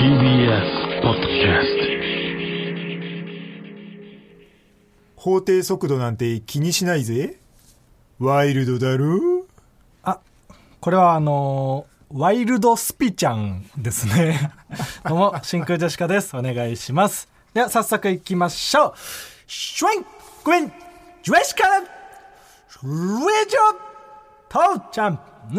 TBS ポッドキャスト。法定速度なんて気にしないぜ。ワイルドだろ。 あ、これはワイルドスピちゃんですね。どうも真空ジェシカです。お願いします。では早速いきましょう。シュインクインジェシカレジョトーチャンヌ。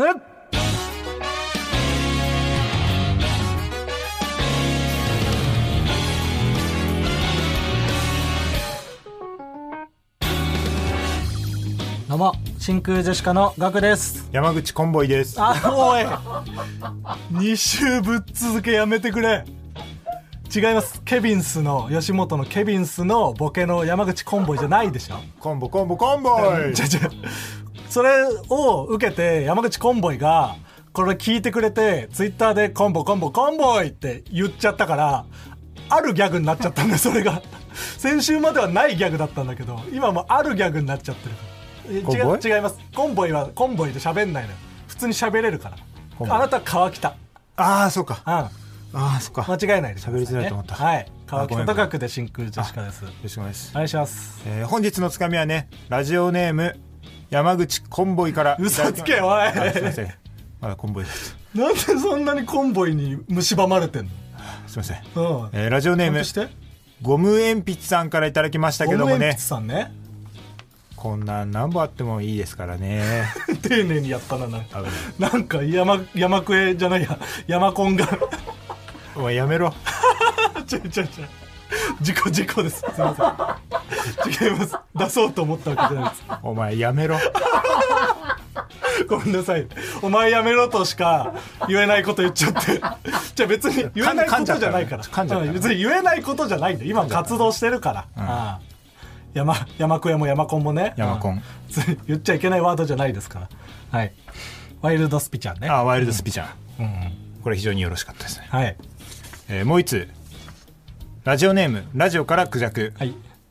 どうも真空ジェシカのガクです。 山口コンボイです。 あ、おい2週ぶっ続けやめてくれ。違います。ケビンスの吉本のケビンスのボケの山口コンボイじゃないでしょ。 コンボコンボコンボイ。 それを受けて山口コンボイがこれ聞いてくれてツイッターでコンボコンボコンボイって言っちゃったからあるギャグになっちゃったんだよ。それが先週まではないギャグだったんだけど今もあるギャグになっちゃってるから。違います。コンボイはコンボイで喋んないのよ。普通に喋れるから。あなたは川北。 ああそうか。 ああそっか。 間違えないでくださいね。 喋りづらいと思った。 はい。川北と書くで真空ジェシカです。 よろしくお願いします。 お願いします。 本日のつかみはね、ラジオネーム山口コンボイから。 嘘つけおい。 すいません。まだコンボイです。 なんでそんなにコンボイに蝕まれてんの。 すいません。 うん。 ラジオネームゴム鉛筆さんからいただきましたけどもね。 ゴム鉛筆さんね。 こんなん何本あってもいいですからね。 丁寧にやったな。なんか山クエじゃないや、山コンがお前やめろ。 事故です。すいません。違います。出そうと思ったわけじゃないです。 お前やめろ。 ごめんなさい。お前やめろとしか言えないこと言っちゃって。じゃあ別に言えないことじゃないから。別に言えないことじゃないんだ。今活動してるから。ああ、山クエも山コンもね。 山コン。 言っちゃいけないワードじゃないですから。はい。ワイルドスピちゃんね。 あ、ワイルドスピちゃん。 うんこれ非常によろしかったですね。 はい。 もう一つ。ラジオネームラジオからクジャク。 はい。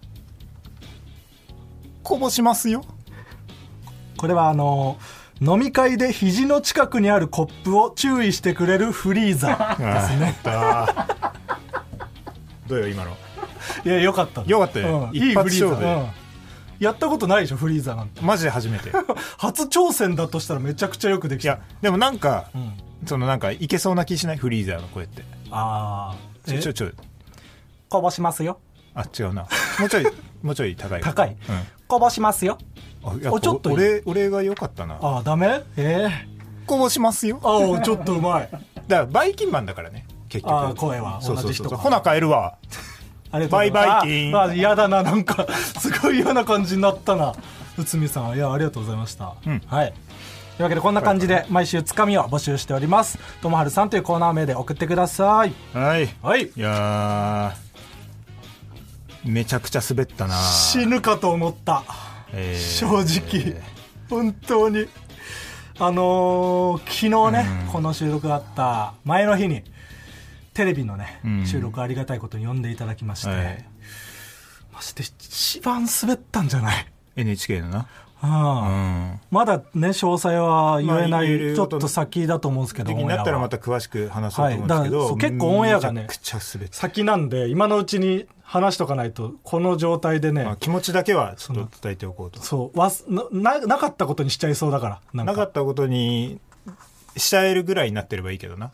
こぼしますよ。 これは飲み会で肘の近くにあるコップを注意してくれるフリーザですね。 どうよ今の。 いやよかったよかったよ、一発勝負で、 やったことないでしょフリーザなんて。 マジで初めて。 初挑戦だとしたらめちゃくちゃよくできた。 いやでもなんか、そのなんかいけそうな気しない。フリーザの声って。 ああ、こぼしますよ。 あ、違うな。もうちょい高い。 高い、こぼしますよ。ちょっと俺が良かったな。 ああダメ。 こぼしますよ。 ああちょっとうまい。 だからバイキンマンだからね結局。 ああ声は同じ人か。 ほな帰るわ。バイバイキン。 あ嫌だな。なんかすごい嫌な感じになったな。内海さん、いやありがとうございました。はい。というわけでこんな感じで毎週つかみを募集しております。ともはるさんというコーナー名で送ってください。 はい。 はい。 いやめちゃくちゃ滑ったな。 死ぬかと思った。正直、本当に昨日ね、この収録があった前の日にテレビのね、収録ありがたいことに呼んでいただきまして、まして一番滑ったんじゃない NHK のな。 まだね詳細は言えない、ちょっと先だと思うんですけど、 時期になったらまた詳しく話そうと思うんですけど、 結構オンエアがねめちゃくちゃ滑った先なんで今のうちに話しとかないとこの状態でね、 気持ちだけはちょっと伝えておこうと。 そうなかったことにしちゃいそうだから。 なかったことにしちゃえるぐらいになってればいいけどな。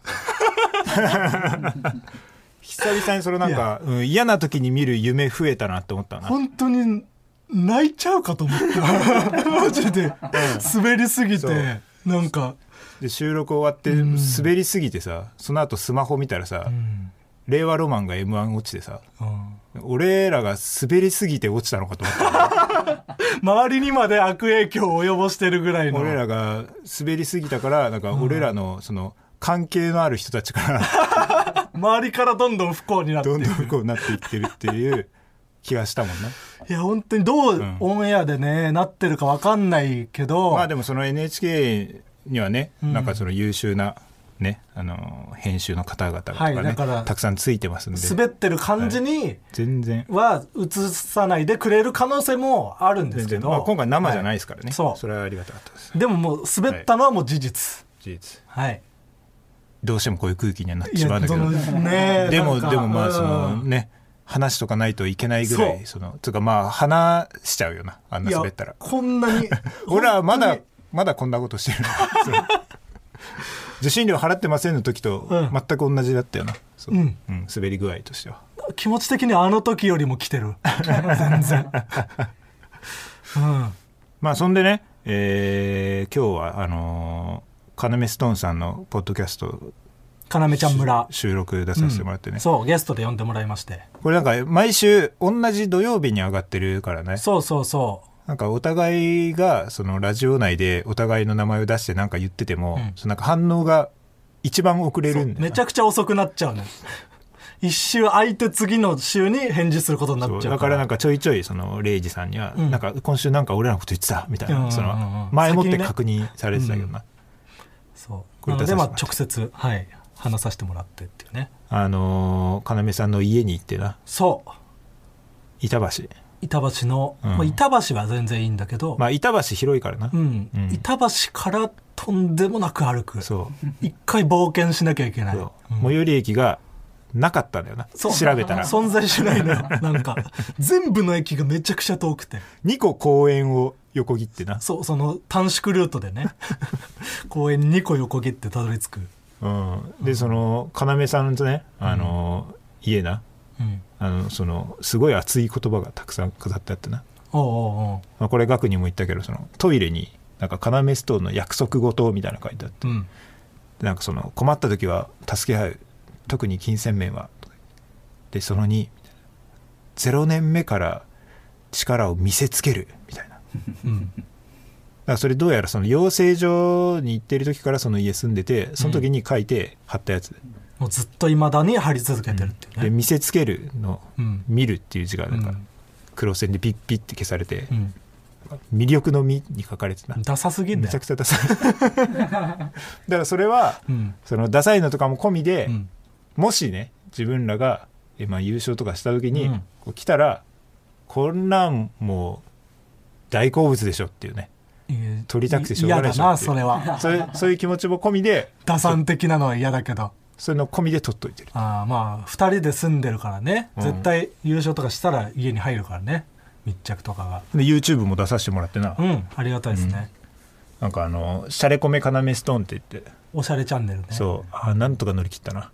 久々にそれなんか嫌な時に見る夢増えたなって思ったな。 本当に泣いちゃうかと思ったマジで滑りすぎて。なんかで収録終わって滑りすぎてさ、その後スマホ見たらさ、令和ロマンが M1 落ちてさ、俺らが滑りすぎて落ちたのかと思った周りにまで悪影響を及ぼしてるぐらいの。 俺らが滑りすぎたからなんか俺らのその関係のある人たちから周りからどんどん不幸になっていく、 どんどん不幸になっていってるっていう気がしたもんな。 いや本当にどうオンエアでね、なってるか分かんないけど、 まあでもその NHK にはね、なんかその優秀なね、編集の方々とかね、 だからたくさんついてますんで、 滑ってる感じに全然は映さないでくれる可能性もあるんですけど、 まあ、今回生じゃないですからね、それはありがたかったです。 でももう滑ったのはもう事実、 事実。 はい。 どうしてもこういう空気にはなってしまうんだけど、 ね、 でもまあうんそのね話しとかないといけないぐらい、そのつうかまあ話しちゃうよな、あんな滑ったら。 こんなに俺はまだこんなことしてるそう受信料払ってませんの時と全く同じだったよな、そう、うんうん、滑り具合としては。 気持ち的にあの時よりも来てる全然、うん、 まあそんでね、今日はカナメストーンさんのポッドキャストかなめちゃん村収録出させてもらってね、 そうゲストで呼んでもらいまして、 これなんか毎週同じ土曜日に上がってるからね。 そうそうそう、 なんかお互いがそのラジオ内でお互いの名前を出してなんか言ってても、そのなんか反応が一番遅れるんだよ。 めちゃくちゃ遅くなっちゃうね。一週空いて次の週に返事することになっちゃうから。 だからなんかちょいちょいそのレイジさんには、なんか今週なんか俺らのこと言ってたみたいな、その前もって確認されてたけどな。 そうなのでまあ直接、はい、話させてもらってっていうね。 かなめさんの家に行ってな。 そう板橋の、まあ、板橋は全然いいんだけど、 まあ板橋広いからな、 板橋からとんでもなく歩く。そう一回冒険しなきゃいけない。 最寄り駅がなかったんだよな、調べたら存在しないのよなんか全部の駅がめちゃくちゃ遠くて 2個公園を横切ってな、 その短縮ルートでね公園に2個横切ってたどり着く、 でその要さんとね、家な、そのすごい熱い言葉がたくさん飾ってあってな、これ額にも言ったけど、そのトイレになんか要ストーンの約束事みたいなの書いてあって、なんかその困った時は助け合う、特に金銭面はで、その2 0年目から力を見せつけるみたいな、だからそれどうやらその養成所に行ってる時からその家住んでて、その時に書いて貼ったやつ、 もうずっといまだに貼り続けてるっていうね、 で見せつけるの、見るっていう字がなんか黒線でピッピッって消されて、魅力の実に書かれてた。 ダサすぎんだよ、 めちゃくちゃダサいだからそれは、そのダサいのとかも込みで、もしね自分らが、まあ、優勝とかした時に、こう来たらこんなんもう大好物でしょっていうね、取りたくてしょうがないでしょっていう、 嫌だなそれはそういう気持ちも込みで、 打算的なのは嫌だけど、 そういうの込みで取っといてる。 まあ2人で住んでるからね、絶対優勝とかしたら家に入るからね、密着とかが。 で YouTube も出させてもらってな、 ありがたいですね、 なんかシャレコメカナメストーンって言って、 おしゃれチャンネルね。 そうなんとか乗り切ったな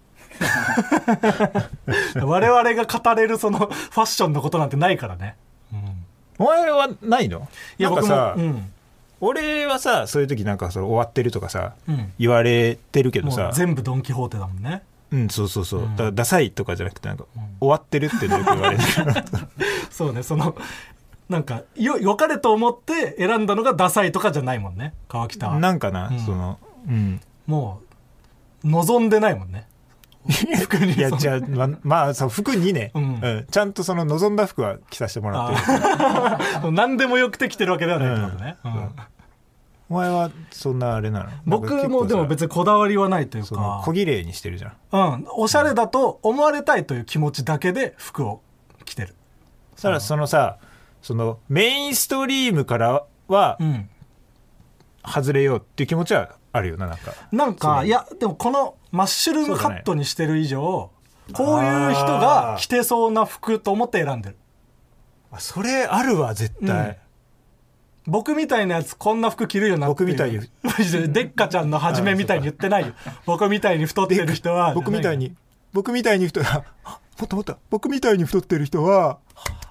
我々が語れるそのファッションのことなんてないからね、 お前はないの？ いやなんかさ、 僕も、 俺はさそういう時なんかそれ終わってるとかさ、言われてるけどさ、 もう全部ドンキホーテだもんね。 そうそうそう、だからダサいとかじゃなくてなんか、終わってるってよく言われるそうね、そのなんか良かれと思って選んだのがダサいとかじゃないもんね、川北は。 なんかな、そのもう望んでないもんね服に。 いやじゃあまあそう服にね、ちゃんとその望んだ服は着させてもらってる何でもよくて着てるわけではないってことね、 お前はそんなあれなの？ 僕もでも別にこだわりはないというか、 小綺麗にしてるじゃん、 おしゃれだと思われたいという気持ちだけで服を着てる。 そしたらそのさ、そのメインストリームからは外れようっていう気持ちはあるよな。なんかいやでもこのマッシュルームカットにしてる以上、こういう人が着てそうな服と思って選んでる。 それあるわ絶対、 僕みたいなやつこんな服着るよなっていう。 僕みたいにでっかちゃんの初めみたいに言ってないよ僕みたいに太ってる人は僕みたいに太もっと僕みたいに太ってる人は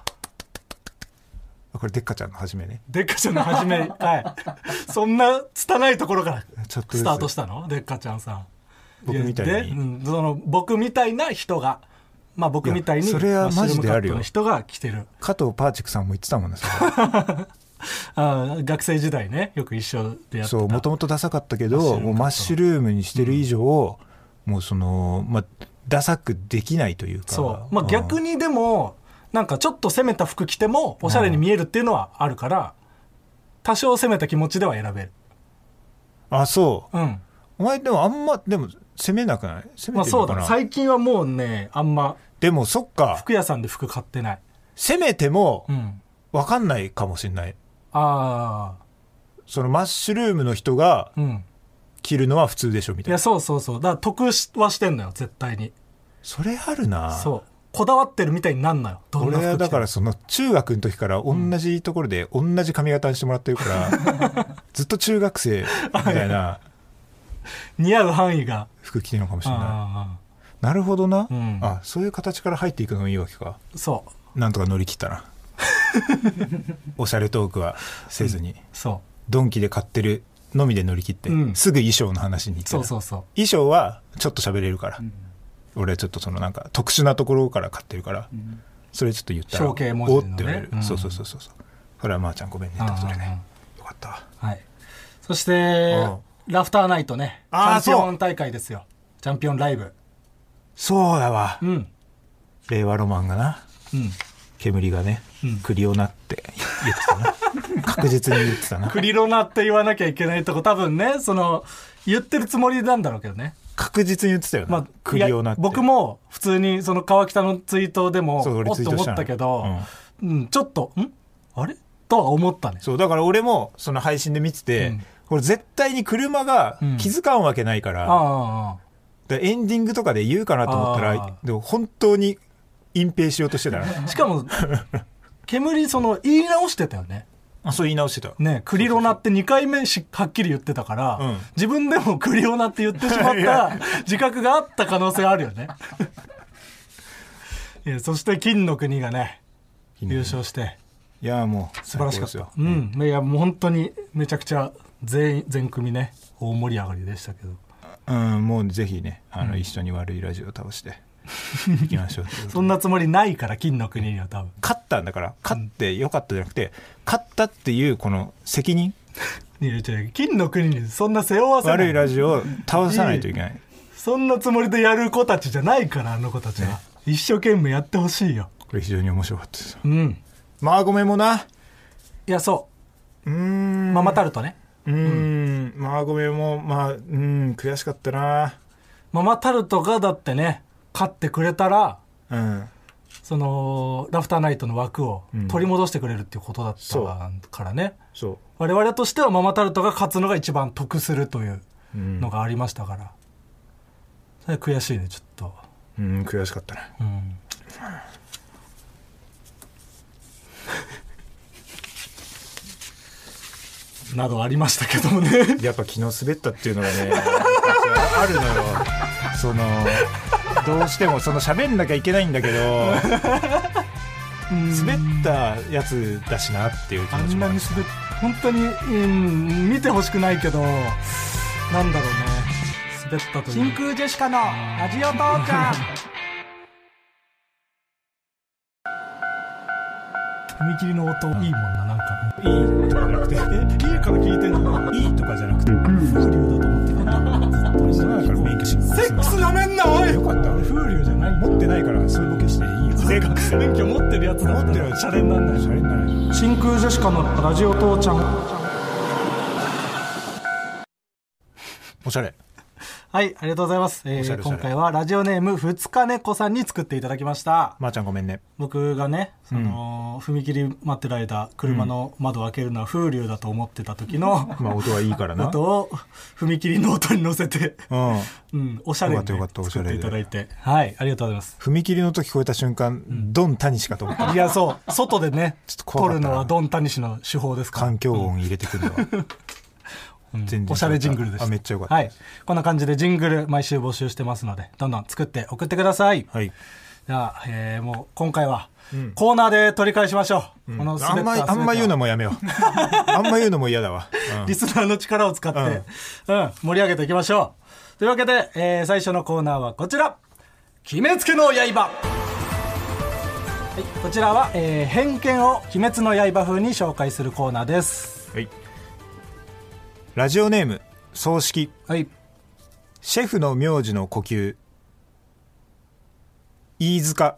これでっかちゃんの初めね。 でっかちゃんの初めはいそんな拙いところからスタートしたのでっかちゃんさん。 僕みたいにその僕みたいな人が、まあ僕みたいにそれはマジであるよ。 の人が着てる。 加藤パーチクさんも言ってたもんねそれ学生時代ねよく一緒でやってた。 そうもともとダサかったけどもうマッシュルームにしてる以上、もうその、ダサくできないというか。 そう、逆にでもなんかちょっと攻めた服着てもおしゃれに見えるっていうのはあるから、多少攻めた気持ちでは選べる。 そう、お前でもあんまでも攻めなくない？攻めてるのかな？ そうだ最近はもうねあんま。 でもそっか服屋さんで服買ってない。 攻めても分かんないかもしれない。 そのマッシュルームの人が切るのは普通でしょみたいな。 いやそうそうそう、だから得はしてんのよ絶対に。 それあるな。 そうこだわってるみたいになんのよ。どんな服着ても俺はだからその中学の時から同じところで同じ髪型にしてもらってるから、ずっと中学生みたいな似合う範囲が服着てるのかもしれない。なるほどな、あ、そういう形から入っていくのもいいわけか。 そうなんとか乗り切ったなおしゃれトークはせずに、 そうドンキで買ってるのみで乗り切って、すぐ衣装の話に行って、 そうそうそう、 衣装はちょっと喋れるから、俺はちょっとそのなんか特殊なところから買ってるから、それちょっと言ったら象形文字のねおって言われる、そうそうそうそう。それはまーちゃんごめんねってそれね、よかったわ。 はい。そしてラフターナイトね、チャンピオン大会ですよ。チャンピオンライブ。 そうだわ、令和ロマンがな、煙がね、クリオナって言ってたな確実に言ってたな。 クリロナって言わなきゃいけないとこ多分ね、その言ってるつもりなんだろうけどね。 確実に言ってたよな、クリオナって。 僕も普通にその川北のツイートでもそう俺ツイートしたのおっと思ったけど、ちょっとあれとは思ったね。 そうだから俺もその配信で見てて、これ絶対に車が気づかんわけないから、エンディングとかで言うかなと思ったら、でも本当に隠蔽しようとしてたな。 しかも煙その言い直してたよね。 あ、そう言い直してたね。クリロナって2回目はっきり言ってたから、自分でもクリオナって言ってしまった自覚があった可能性あるよねいや、そして金の国がね優勝して、 いやもう素晴らしかった。いやもう本当にめちゃくちゃ全組ね大盛り上がりでしたけど、 もうぜひね一緒に悪いラジオを倒していきましょうそんなつもりないから、金の国には多分勝ったんだから、勝ってよかったじゃなくて、勝ったっていうこの責任金の国にそんな背負わせない、 悪いラジオを倒さないといけない。 そんなつもりでやる子たちじゃないから、あの子たちは、一生懸命やってほしいよ。 これ非常に面白かったですよ。まあごめんもな。 いやそうママタルトね。 まあごめんもまあ悔しかったな。 ママタルトがだってね勝ってくれたら、そのラフターナイトの枠を取り戻してくれるっていうことだったからね、我々としてはママタルトが勝つのが一番得するというのがありましたから、それ悔しいねちょっと。 悔しかったね。 などありましたけどもねやっぱ昨日滑ったっていうのがねあるのよ。そのどうしてもその喋んなきゃいけないんだけど滑ったやつだしなっていう気持ちもある。 本当に、見てほしくないけど、なんだろうね、滑ったという。真空ジェシカのラジオ父ちゃん踏切の音いいもんな、なんかいいとかじゃなくて、いいから聞いてんの。 いいとかじゃなくて、 風流だと思ってたんだ。 その中から免許申告セックスなめんなおい。 よかった。 風流じゃない。 持ってないからそういうボケしていいよ。 セックス免許持ってるやつだったらシャレになんない。 シャレにならない。 真空ジェシカのラジオ父ちゃん。 おしゃれ。 はい、ありがとうございます。今回はラジオネームふつかねこさんに作っていただきました。 まーちゃんごめんね。 僕がね、その踏切待ってる間車の窓を開けるのは風流だと思ってた時の、 まあ音はいいからな。 音を踏切の音に乗せて、おしゃれに作っていただいて、はい、ありがとうございます。 踏切の音聞こえた瞬間、ドンタニシかと思った。 いやそう外でね撮るのはドンタニシの手法ですから。 環境音入れてくるのは。 おしゃれジングルでした。 めっちゃよかった。 はい、こんな感じでジングル毎週募集してますので、どんどん作って送ってください。 はい。 じゃあ、もう今回はコーナーで取り返しましょう。このあんま言うのもやめよう。あんま言うのも嫌だわ。 リスナーの力を使って、盛り上げていきましょう。というわけで、最初のコーナーはこちら、決めつけの刃。はい、こちらは、偏見を鬼滅の刃風に紹介するコーナーです。 はい。ラジオネーム葬式。 はい。 シェフの名字の呼吸、飯塚。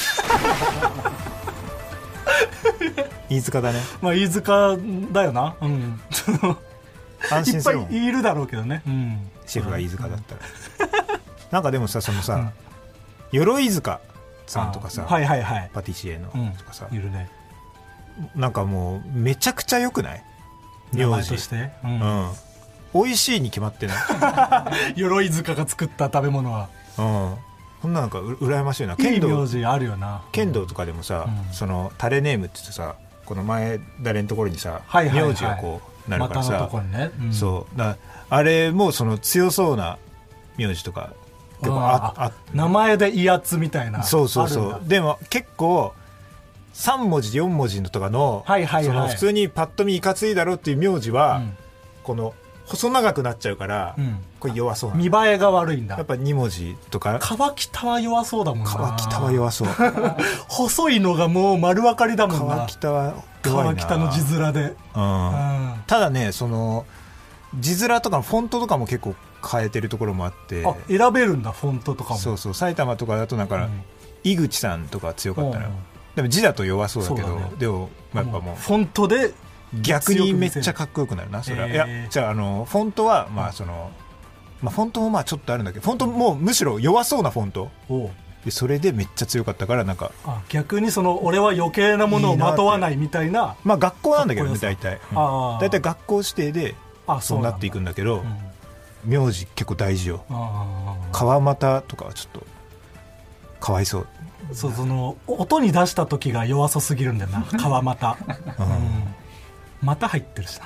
飯塚だね。 まあ飯塚だよな。安心するもん。いっぱいいるだろうけどね。 シェフが飯塚だったら。なんかでもさ、そのさ、鎧塚さんとかさ、パティシエのとかさ、 いるね。 なんかもうめちゃくちゃ良くない？ 名前として、 美味しいに決まってない鎧塚が作った食べ物は。 こんななんか羨ましいな。 いい名字あるよな。 剣道とかでもさ、そのタレネームって言ってさ、この前誰のところにさ、 はいはいはい、 名字がこうなるからさ、 股のところにね、 そうだ、あれもその強そうな名字とか結構名前で威圧みたいな。 そうそうそう。でも結構3文字4文字のとかの、 はいはいはい、 その普通にパッと見いかついだろうっていう名字は、この細長くなっちゃうから、これ弱そうな。 見栄えが悪いんだ。 やっぱ2文字とか。 川北は弱そうだもんな。 川北は弱そう細いのがもう丸分かりだもんな。 川北は弱いな。 川北の字面で、 ただね、その字面とかのフォントとかも結構変えてるところもあって。 選べるんだ、フォントとかも。 そうそう。埼玉とかだとなんか、井口さんとか強かったのよ。でも字だと弱そうだけど、でもやっぱもうフォントで逆にめっちゃかっこよくなるな、それは。いや、じゃあ、フォントは、まあ、その、まあ、フォントもまあちょっとあるんだけど、フォントもむしろ弱そうなフォント。で、それでめっちゃ強かったから、なんか。 逆にその、俺は余計なものをまとわないみたいな。 まあ、学校なんだけどね、大体。大体学校指定で、そうなっていくんだけど、名字結構大事よ。川又とかはちょっと、かわいそう。 その、音に出した時が弱そうすぎるんだよな、川又。また入ってるしな。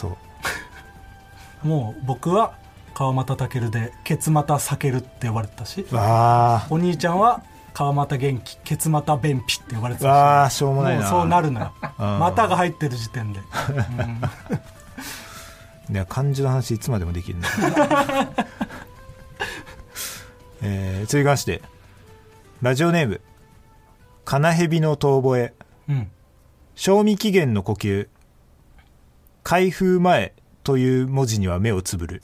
そうもう僕は川又健でケツ又避けるって呼ばれてたし、お兄ちゃんは川又元気ケツ又便秘って呼ばれてたし、 しょうもないな。 もうそうなるのよ。股が入ってる時点で。 いや、漢字の話いつまでもできるね。続きましてラジオネームカナヘビの遠吠え、賞味期限の呼吸、開封前という文字には目をつぶる。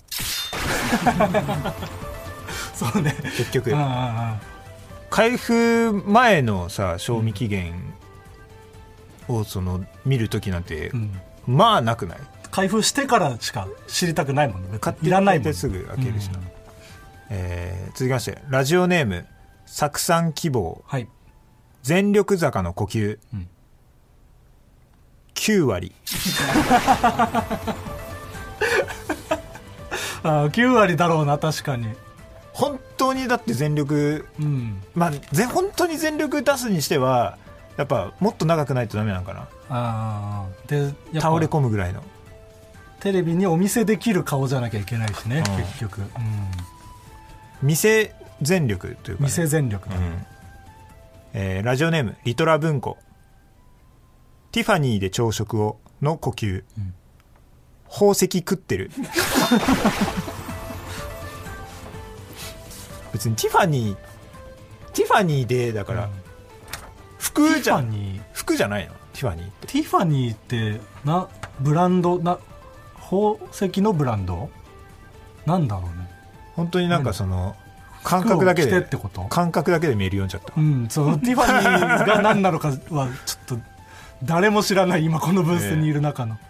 そうね、 結局開封前のさ、賞味期限をその見るときなんて、まあなくない？ 開封してからしか知りたくないもんね。 いらないもん。すぐ開けるしな。続きましてラジオネーム酢酸希望、全力坂の呼吸、9割。 9割だろうな、確かに。 本当にだって全力、まあ本当に全力出すにしてはやっぱもっと長くないとダメなのかな。 で倒れ込むぐらいのテレビにお見せできる顔じゃなきゃいけないしね、結局。 見せ全力というか、 見せ全力だ、 ラジオネームリトラ文庫、ティファニーで朝食をの呼吸、宝石食ってる。別にティファニーでだから、服じゃないの？ティファニーって。 ティファニーってブランド宝石のブランドなんだろうね。 本当になんかその感覚だけでってこと？ 感覚だけで見えるようになっちゃった。 そのティファニーが何なのかはちょっと誰も知らない、今このブースにいる中の。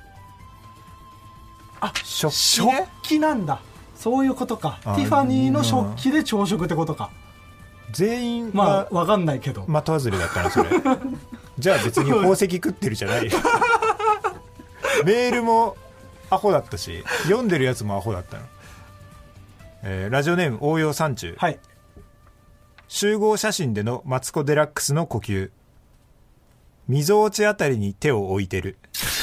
食器なんだ。そういうことか。ティファニーの食器で朝食ってことか。 全員まあ分かんないけど的外れだったなそれ。じゃあ別に宝石食ってるじゃない。メールもアホだったし、読んでるやつもアホだったの。ラジオネーム応用山中、集合写真でのマツコ・デラックスの呼吸、みぞおちあたりに手を置いてる。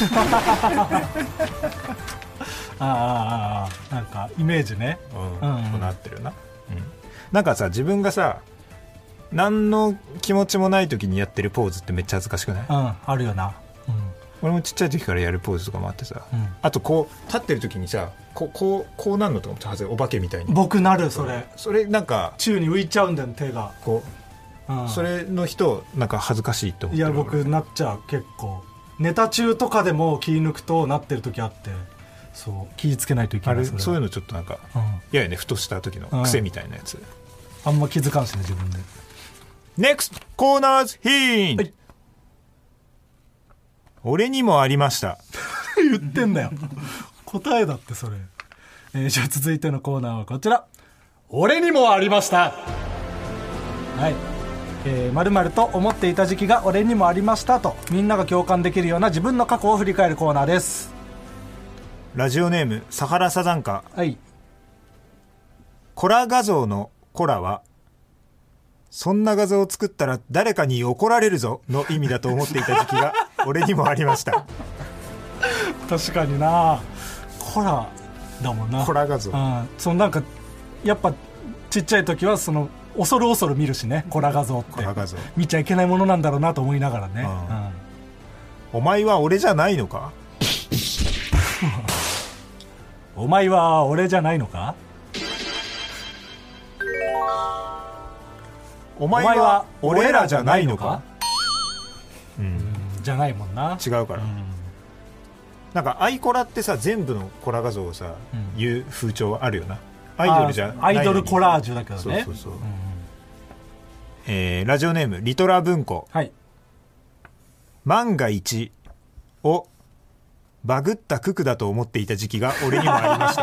なんかイメージね。 こうなってるな。なんかさ、自分がさ何の気持ちもない時にやってるポーズってめっちゃ恥ずかしくない？ あるよな。 俺もちっちゃい時からやるポーズとかもあってさ、あとこう立ってる時にさ、こうなんのとかもはずお化けみたいに。 僕なる。それなんか宙に浮いちゃうんだよ、手がこう、それの人なんか恥ずかしいと思ってる。 いや僕なっちゃう。結構ネタ中とかでも気抜くとなってる時あって、そう気ぃつけないといけない。 そういうのちょっとなんか嫌やね、ふとした時の癖みたいなやつ。 あんま気づかんしね、自分で。 NEXT コーナーズヒント、俺にもありました。 言ってんだよ。答えだってそれ。じゃあ続いてのコーナーはこちら。俺にもありました。はい。〇〇と思っていた時期が俺にもありましたと、みんなが共感できるような自分の過去を振り返るコーナーです。 ラジオネームサハラサザンカ。 はい。 コラ画像のコラはそんな画像を作ったら誰かに怒られるぞの意味だと思っていた時期が俺にもありました。 確かにな、コラだもんな。 コラ画像、 そのなんかやっぱちっちゃい時はその恐る恐る見るしね、コラ画像ってコラ画像見ちゃいけないものなんだろうなと思いながらね、 お前は俺じゃないのかお前は俺じゃないのか、 お前は俺らじゃないのか、 じゃないもんな。 違うから、なんかアイコラってさ全部のコラ画像をさ、言う風潮あるよな。アイドルじゃないのにアイドルコラージュだけどね。 そう、ラジオネームリトラ文庫。 はい。 万が一をバグったククだと思っていた時期が俺にもありま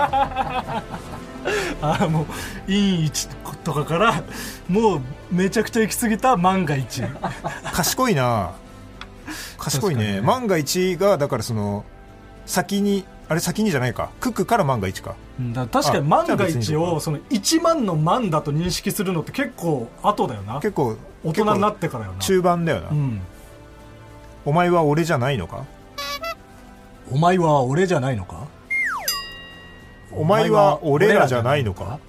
したもういい位置とかからもうめちゃくちゃ行き過ぎた万が一。 賢いな、賢いね。万が一がだからその先にじゃないか、ククから万が一か。 だから確かに万が一をその1万の万だと認識するのって結構後だよな。 結構大人になってからよな。 中盤だよな、お前は俺じゃないのか、 お前は俺じゃないのか、 お前は俺らじゃないのか。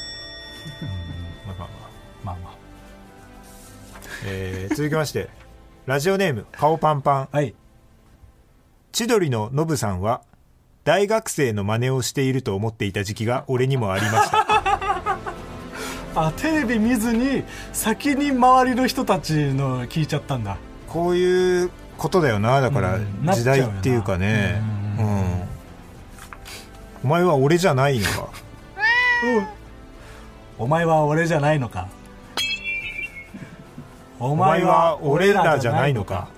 続きましてラジオネーム顔パンパン。 はい。 千鳥のノブさんは大学生の真似をしていると思っていた時期が俺にもありましたテレビ見ずに先に周りの人たちの聞いちゃったんだ。 こういうことだよな。だから時代っていうかね、お前は俺じゃないのか、 お前は俺じゃないのか、 お前は俺らじゃないのか。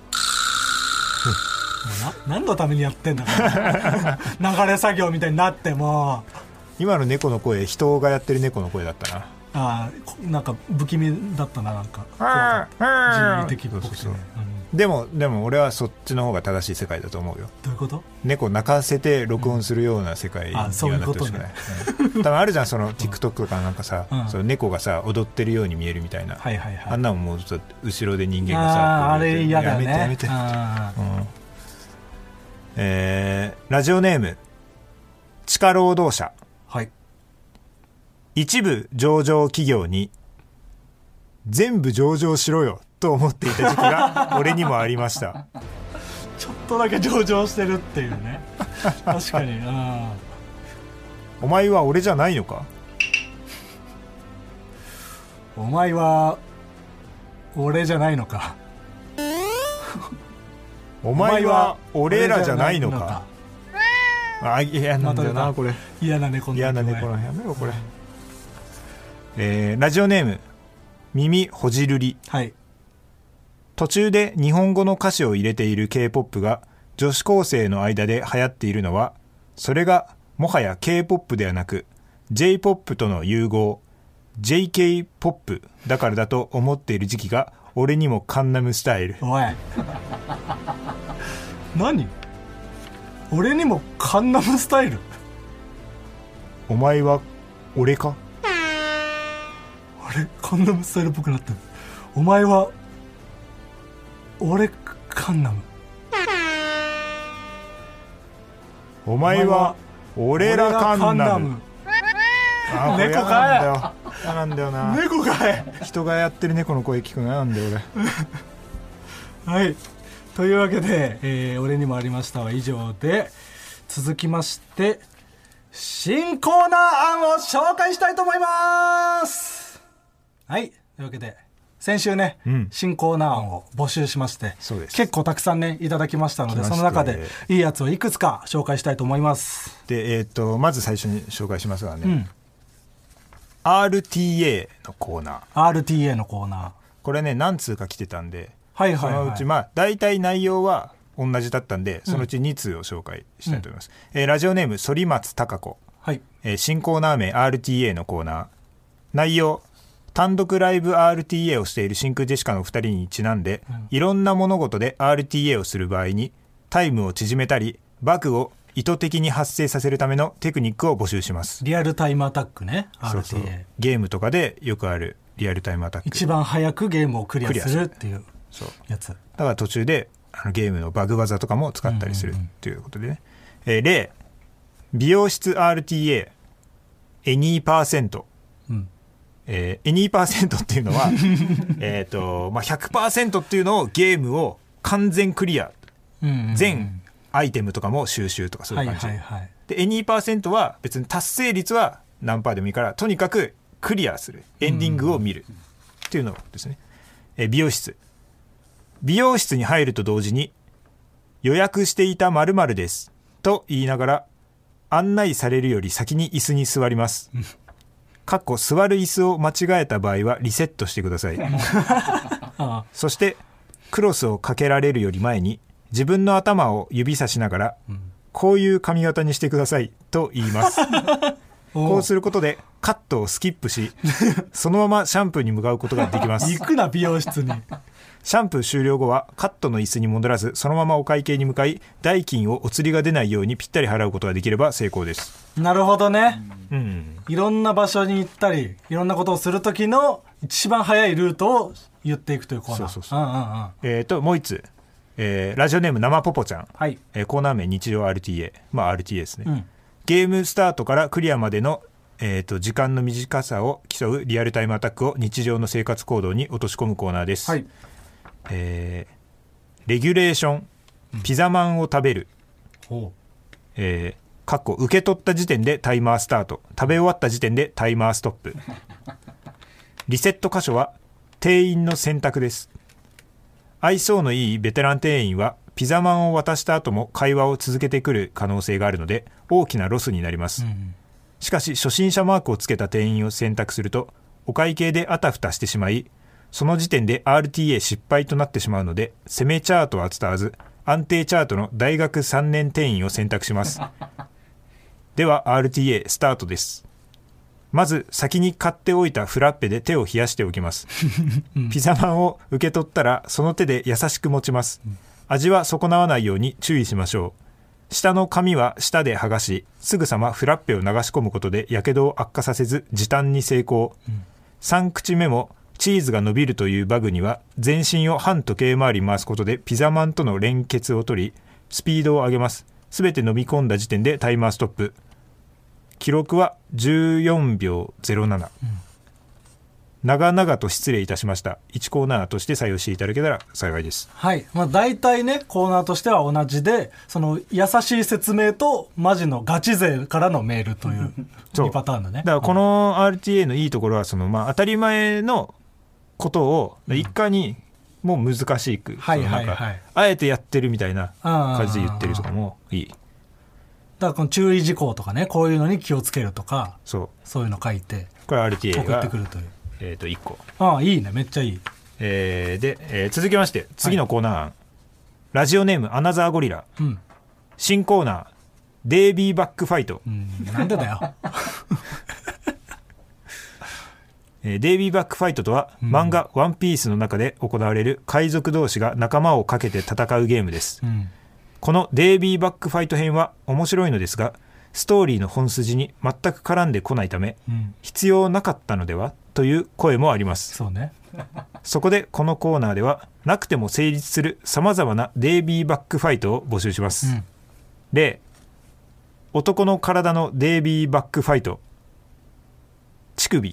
何のためにやってんだから流れ作業みたいになっても。 今の猫の声人がやってる猫の声だったな。 なんか不気味だったな。なんか人為的っぽくてね。 でも俺はそっちの方が正しい世界だと思うよ。 どういうこと？ 猫泣かせて録音するような世界にはなってほしくない。多分あるじゃん、その TikTok とかなんかさ、その猫がさ踊ってるように見えるみたいな、あんなもんもうちょっと後ろで人間がさ、 あれ嫌だよね。 やめてラジオネーム地下労働者。 はい。 一部上場企業に全部上場しろよと思っていた時期が俺にもありました。 ちょっとだけ上場してるっていうね。確かに。 お前は俺じゃないのか、 お前は俺じゃないのか、 お前は俺らじゃないのか。嫌なんだよなこれ。 嫌な猫のやめろこれ。ラジオネーム耳ほじるり。 はい。 途中で日本語の歌詞を入れている K-POP が女子高生の間で流行っているのは、それがもはや K-POP ではなく J-POP との融合 JK-POP だからだと思っている時期が俺にもカンナムスタイル。 おい何？俺にもカンナムスタイル。 お前は俺か？ あれカンナムスタイルっぽくなってる。お前は俺カンナム。 お前は俺らカンナム。 猫かい。 嫌なんだよな。 猫かい。 人がやってる猫の声聞くの嫌なんだよ俺。はい。というわけで、俺にもありましたは以上で、続きまして新コーナー案を紹介したいと思います。はい。というわけで先週ね、新コーナー案を募集しまして、結構たくさんねいただきましたので、その中でいいやつをいくつか紹介したいと思います。 で、まず最初に紹介しますがね、RTA のコーナー。 RTA のコーナー、 これね何通か来てたんで、そのうち大体内容は同じだったんで、そのうち2通を紹介したいと思います。ラジオネーム反松貴子。はい。新コーナー名 RTA のコーナー。内容、単独ライブ RTA をしている真空ジェシカの2人にちなんで、いろんな物事で RTA をする場合にタイムを縮めたりバグを意図的に発生させるためのテクニックを募集します。 リアルタイムアタックね。 そうそう、ゲームとかでよくあるリアルタイムアタック、 一番早くゲームをクリアするっていうやつ。 だから途中でゲームのバグ技とかも使ったりするっていうことでね、例美容室 RTA エニーパーセント、エニーパーセントっていうのは100% っていうのをゲームを完全クリア、全アイテムとかも収集とかそういう感じ、でエニーパーセントは別に達成率は何パーでもいいからとにかくクリアする、エンディングを見るっていうのですね。美容室に入ると同時に予約していた〇〇ですと言いながら案内されるより先に椅子に座ります。座る椅子を間違えた場合はリセットしてください。そしてクロスをかけられるより前に自分の頭を指さしながら、こういう髪型にしてくださいと言います。こうすることでカットをスキップしそのままシャンプーに向かうことができます。 行くな美容室に。 シャンプー終了後はカットの椅子に戻らずそのままお会計に向かい代金をお釣りが出ないようにぴったり払うことができれば成功です。 なるほどね、いろんな場所に行ったりいろんなことをする時の一番早いルートを言っていくというコーナー。 もう一つ、ラジオネーム生ポポちゃん、 はい、 コーナー名日常 RTA、RTA ですね、ゲームスタートからクリアまでの時間の短さを競うリアルタイムアタックを日常の生活行動に落とし込むコーナーです、レギュレーションピザマンを食べる、受け取った時点でタイマースタート、食べ終わった時点でタイマーストップ。リセット箇所は店員の選択です。愛想のいいベテラン店員はピザマンを渡した後も会話を続けてくる可能性があるので大きなロスになります、しかし初心者マークをつけた店員を選択するとお会計であたふたしてしまいその時点で RTA 失敗となってしまうので攻めチャートは伝わず安定チャートの大学3年店員を選択しますでは RTA スタートです。まず先に買っておいたフラッペで手を冷やしておきますピザマンを受け取ったらその手で優しく持ちます。味は損なわないように注意しましょう。下の紙は舌で剥がしすぐさまフラッペを流し込むことでやけどを悪化させず時短に成功、3口目もチーズが伸びるというバグには全身を反時計回り回すことでピザマンとの連結を取りスピードを上げます。すべて飲み込んだ時点でタイマーストップ。記録は14秒07、長々と失礼いたしました。1コーナーとして採用していただけたら幸いです。 はい、大体ねコーナーとしては同じでその優しい説明とマジのガチ勢からのメールという2パターンだね。 だからこの RTA のいいところは当たり前のことをいかにもう難しく、あえてやってるみたいな感じで言ってるとかもいい。 だからこの注意事項とかねこういうのに気をつけるとかそういうの書いてこれ RTA が送ってくるという、 1個。 いいねめっちゃいい。 で、続きまして次のコーナー、ラジオネームアナザーゴリラ、新コーナーデイビーバックファイト、 なんでだよデイビーバックファイトとは、漫画ワンピースの中で行われる海賊同士が仲間をかけて戦うゲームです、このデイビーバックファイト編は面白いのですがストーリーの本筋に全く絡んでこないため、必要なかったのではという声もあります。 そうねそこでこのコーナーではなくても成立するさまざまなデイビーバックファイトを募集します、例男の体のデイビーバックファイト乳首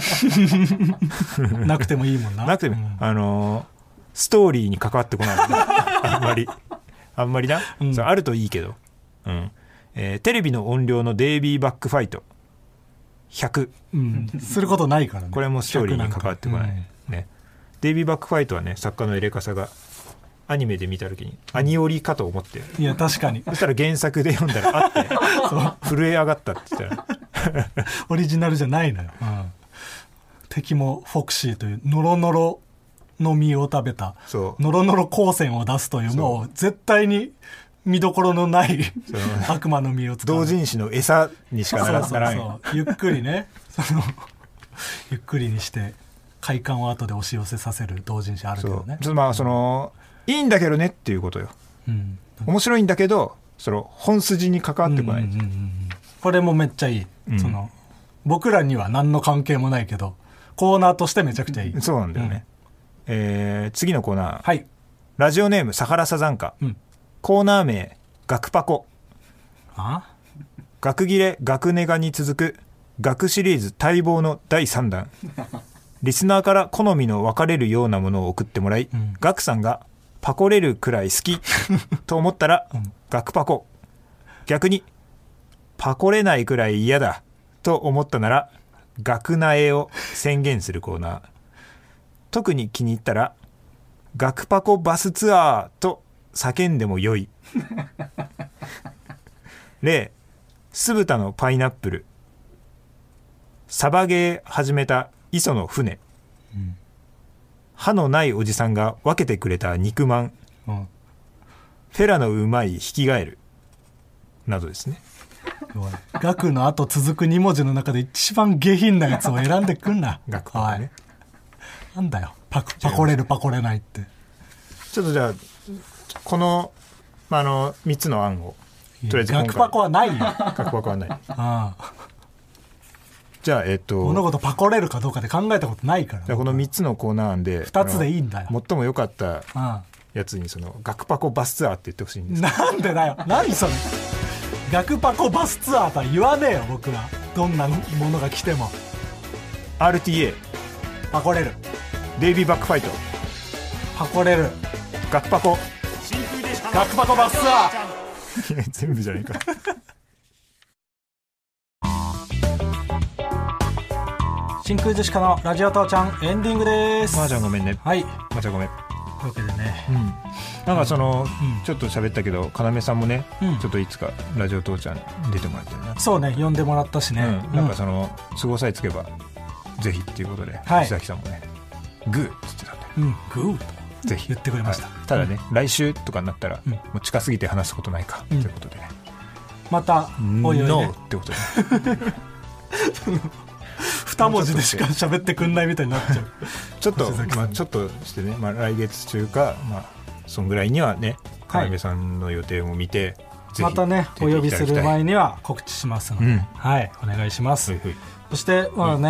なくてもいいもんな。 なくても、ストーリーに関わってこないあんまりな、そうあるといいけど、テレビの音量のデイビーバックファイト100、 することないからね。 これもストーリーに関わってこない、ね。デイビーバックファイトはね作家のエレカサがアニメで見た時にアニオリかと思って、 いや確かにそしたら原作で読んだらあって震え上がったって言ったらオリジナルじゃないのよ、敵もフォクシーというノロノロの実を食べたノロノロ光線を出すというもう絶対に見どころのない悪魔の実を使う同人誌の餌にしかならないゆっくりねゆっくりにして快感を後で押し寄せさせる同人誌あるけどね。 いいんだけどねっていうことよ、面白いんだけどその本筋に関わってこない、 これもめっちゃいい、その僕らには何の関係もないけどコーナーとしてめちゃくちゃいい。 そうなんだよね、次のコーナー、 はい、 ラジオネームサハラサザンカ、コーナー名学パコ。学切れ学ネガに続く学シリーズ待望の第3弾。リスナーから好みの分かれるようなものを送ってもらい、学さんがパコれるくらい好きと思ったら、学パコ。逆にパコれないくらい嫌だと思ったなら学ナエを宣言するコーナー。特に気に入ったら学パコバスツアーと叫んでもよい。例、酢豚のパイナップル、サバゲー始めた磯の船、歯のないおじさんが分けてくれた肉まん、フェラのうまいヒキガエルなどですね。 学の後続く2文字の中で一番下品なやつを選んでくんな。 学パコね。 なんだよパコれるパコれないって。 ちょっとじゃあこの、3つの案をとりあえず今回。 学パコはないよ。 学パコはない。じゃあ物事パコれるかどうかで考えたことないから。 じゃあこの3つのコーナー案で 2つでいいんだよ。 最も良かったやつにその学パコバスツアーって言ってほしいんです。 なんでだよ。何それ。学パコバスツアーとは言わねえよ僕は。どんなものが来ても。 RTA パコれる。 デイビーバックファイトパコれる。 学パコ学パコバスツアー全部じゃないか。 真空ジェシカのラジオ父ちゃんエンディングです。 まーちゃんごめんね。 はい、 まーちゃんごめん。 というわけでね、 なんかその、ちょっと喋ったけど要さんもね、ちょっといつかラジオ父ちゃん出てもらってるな。 そうね、呼んでもらったしね、 なんかその都合さえつけばぜひっていうことで、石崎さんもねグーって言ってたんで、 グーとぜひ言ってくれました。 ただね、来週とかになったら、もう近すぎて話すことないかということでね、 またおいおいねノーってことで 2文字でしか喋ってくんないみたいになっちゃう。 ちょっとちょっとしてね、来月中かそんぐらいにはね、要さんの予定も見て、ぜひまたねお呼びする前には告知しますので、はいお願いします。そして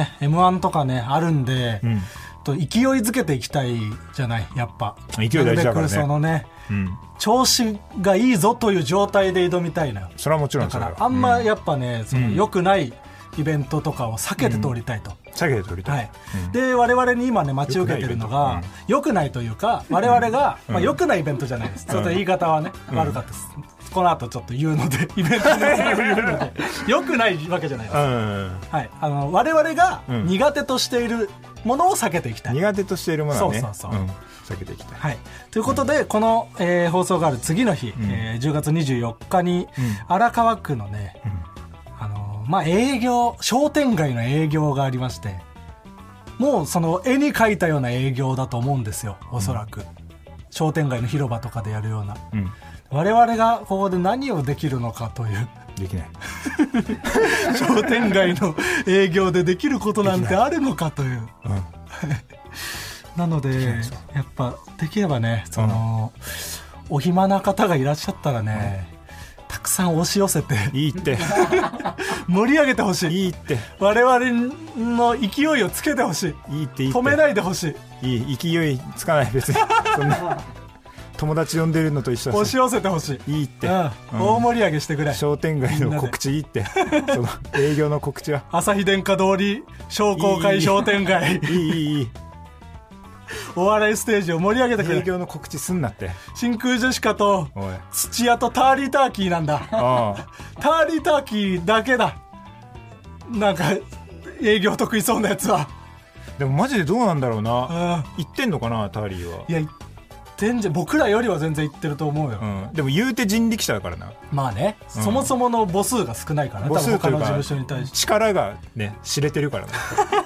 M1 とかねあるんで、勢いづけていきたいじゃない、やっぱ勢い大事だからね。 そのね、調子がいいぞという状態で挑みたいな。 それはもちろんだからあんまやっぱね、その良くないイベントとかを避けて通りたいと、 避けて通りたい、 で我々に今ね待ち受けてるのが良くないというか、我々が良くないイベントじゃないです。ちょっと言い方はね悪かったです。この後ちょっと言うので、イベントの名前を言うので良くないわけじゃないです。はい、我々が苦手としているものを避けていきたい。 苦手としているものはね、 そう避けていきたい。 はい、ということで、この、放送がある次の日、10月24日に荒川区のね、営業、商店街の営業がありまして、もうその絵に描いたような営業だと思うんですよ、おそらく。商店街の広場とかでやるような。我々がここで何をできるのかという。 できない。 商店街の営業でできることなんてあるのかという。なので、やっぱできればね、その、お暇な方がいらっしゃったらね、たくさん押し寄せていいって盛り上げてほしい。 いいって、 我々の勢いをつけてほしい。 いいって、いいって、 止めないでほしい。いい勢いつかない、別にそんな友達呼んでるのと一緒だし、 押し寄せてほしい。 いいって、 大盛り上げしてくれ。 商店街の告知いいってその営業の告知は朝日電化通り商工会商店街いいお笑いステージを盛り上げてくれ。 営業の告知すんなって。 真空ジェシカと土屋とターリーターキーなんだ。ターリーターキーだけだ、なんか営業得意そうなやつは。 でもマジでどうなんだろうな。言ってんのかな、ターリーは。 いや、全然僕らよりは全然言ってると思うよ。 でも言うて人力車だからな。まあね、そもそもの母数が少ないから、 母数他の事務所に対して力がね知れてるからね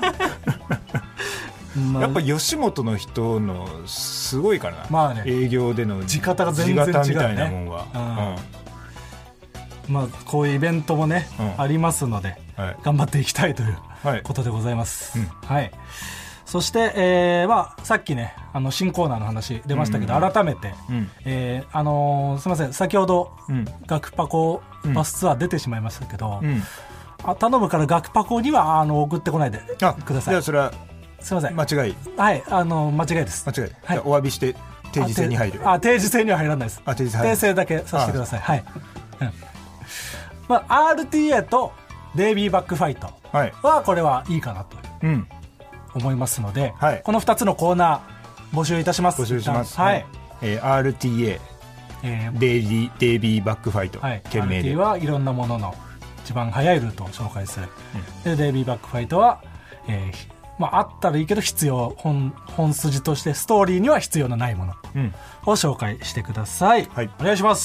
やっぱ吉本の人のすごいからな、 まあね、 営業での地方が全然違うね、 地方みたいなもんは、 まあ、こういうイベントもね、ありますので、頑張っていきたいということでございます。はい、 そして、さっきね新コーナーの話出ましたけど、改めて、すいません先ほど、学パコバスツアー出てしまいましたけど、頼むから学パコには送ってこないでください。 いやそれはすいません、 間違い、 はい、間違いです。 間違い、 はい、 お詫びして定時制に入る。 定時制には入らないです。訂正だけさせてください。はい、RTA とデイビーバックファイトはこれはいいかなと思いますので、この2つのコーナー募集いたします。 募集します。 はい、 RTA、デイビーバックファイト、懸命で。 RTA はいろんなものの一番早いルートを紹介する、でデイビーバックファイトは、あったらいいけど必要 本筋としてストーリーには必要のないものを紹介してください。お願いします。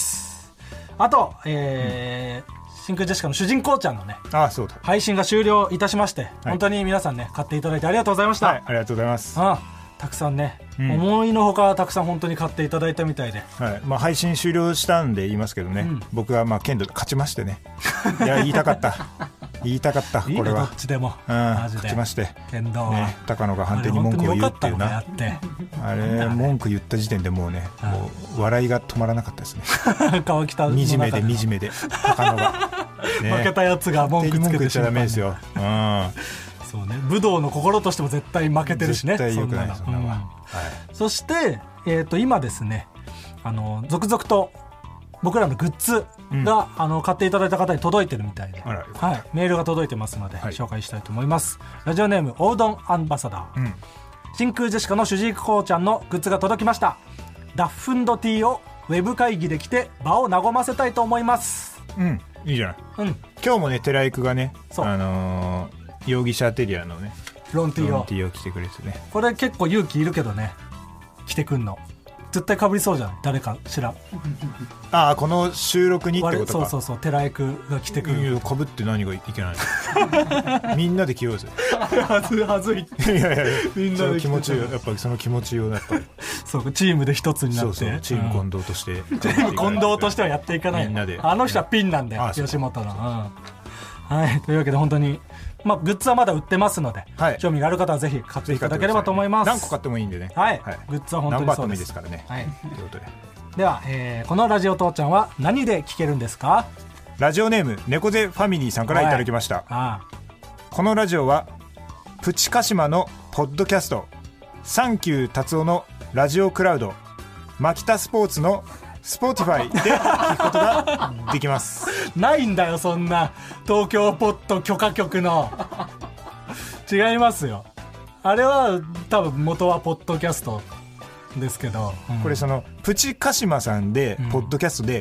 あと、真空ジェシカの主人公ちゃんのね、 そうだ、 配信が終了いたしまして、本当に皆さんね買っていただいてありがとうございました。 ありがとうございます。 たくさんね、思いのほかたくさん本当に買っていただいたみたいで、 配信終了したんで言いますけどね、僕は剣道で勝ちましてねいや言いたかったこれはどっちでもマジで勝ちまして、 剣道は高野が判定に文句を言うっていうな、あれ文句言った時点でもうね、もう笑いが止まらなかったですね川北惨めで高野が負けたやつが文句つけてしまった。文句言っちゃダメですよ。そうね、武道の心としても絶対負けてるしね。 絶対良くない、そんなのは。 そして、今ですね、続々と僕らのグッズが、買っていただいた方に届いてるみたいで、メールが届いてますので、紹介したいと思います。ラジオネームおうどんアンバサダー、真空ジェシカの主人公ちゃんのグッズが届きました。ダッフンド T をウェブ会議で着て場を和ませたいと思います。 いいじゃない。今日もね寺井くがね、容疑者テリアのねロン T を着てくれてね、 これ結構勇気いるけどね、着てくんの絶対かぶりそうじゃん、誰かしら。 この収録にってことか。 そう寺井くが着てくる。 かぶって何がいけないのみんなで着ようぜはずいいやみんなで気持ちよ、やっぱりその気持ちをやっぱりそうチームで一つになって、 チーム近藤として、 チーム近藤としてはやっていかない。 みんなであの人はピンなんだよ、吉本の。というわけで本当にグッズはまだ売ってますので、興味がある方はぜひ買っていただければと思います。 何個買ってもいいんでね。 グッズは本当にそうです。 何バットもいいですからね。ということで。 では、このラジオ父ちゃんは何で聞けるんですか？ ラジオネーム猫背ファミリーさんからいただきました。このラジオはプチカシマのポッドキャスト、サンキュー達夫のラジオクラウド、マキタスポーツのスポーティファイで聞くことができますないんだよそんな東京ポッド許可局の違いますよ、あれは多分元はポッドキャストですけど、 これそのプチカシマさんでポッドキャストで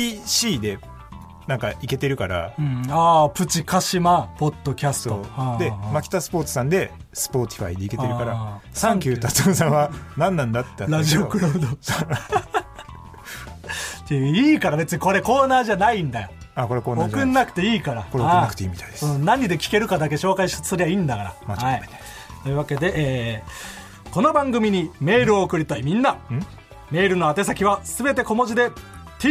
PC でなんかいけてるから、 プチカシマポッドキャストでマキタスポーツさんでスポーティファイでいけてるから、サンキュー達夫さんは何なんだってラジオクラウドいいから別にこれコーナーじゃないんだよ。 これコーナーじゃない、 送んなくていいから。 これ送んなくていいみたいです。 何で聞けるかだけ紹介すりゃいいんだから。というわけで、この番組にメールを送りたいみんな、メールの宛先はすべて小文字で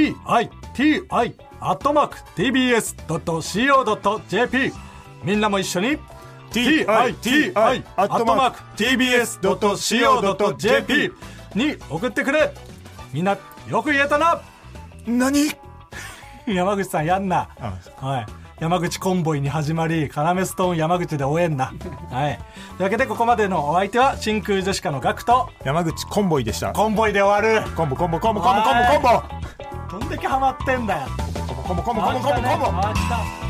TITI@tbs.co.jp、 みんなも一緒に TITI@tbs.co.jp に送ってくれ。みんなよく言えたな。 何山口さんやんな。山口コンボイに始まり、要ストーン山口で終えんな。というわけでここまでのお相手は真空ジェシカのガクと山口コンボイでした。 コンボイで終わる。 コンボどんだけハマってんだよ。 コンボ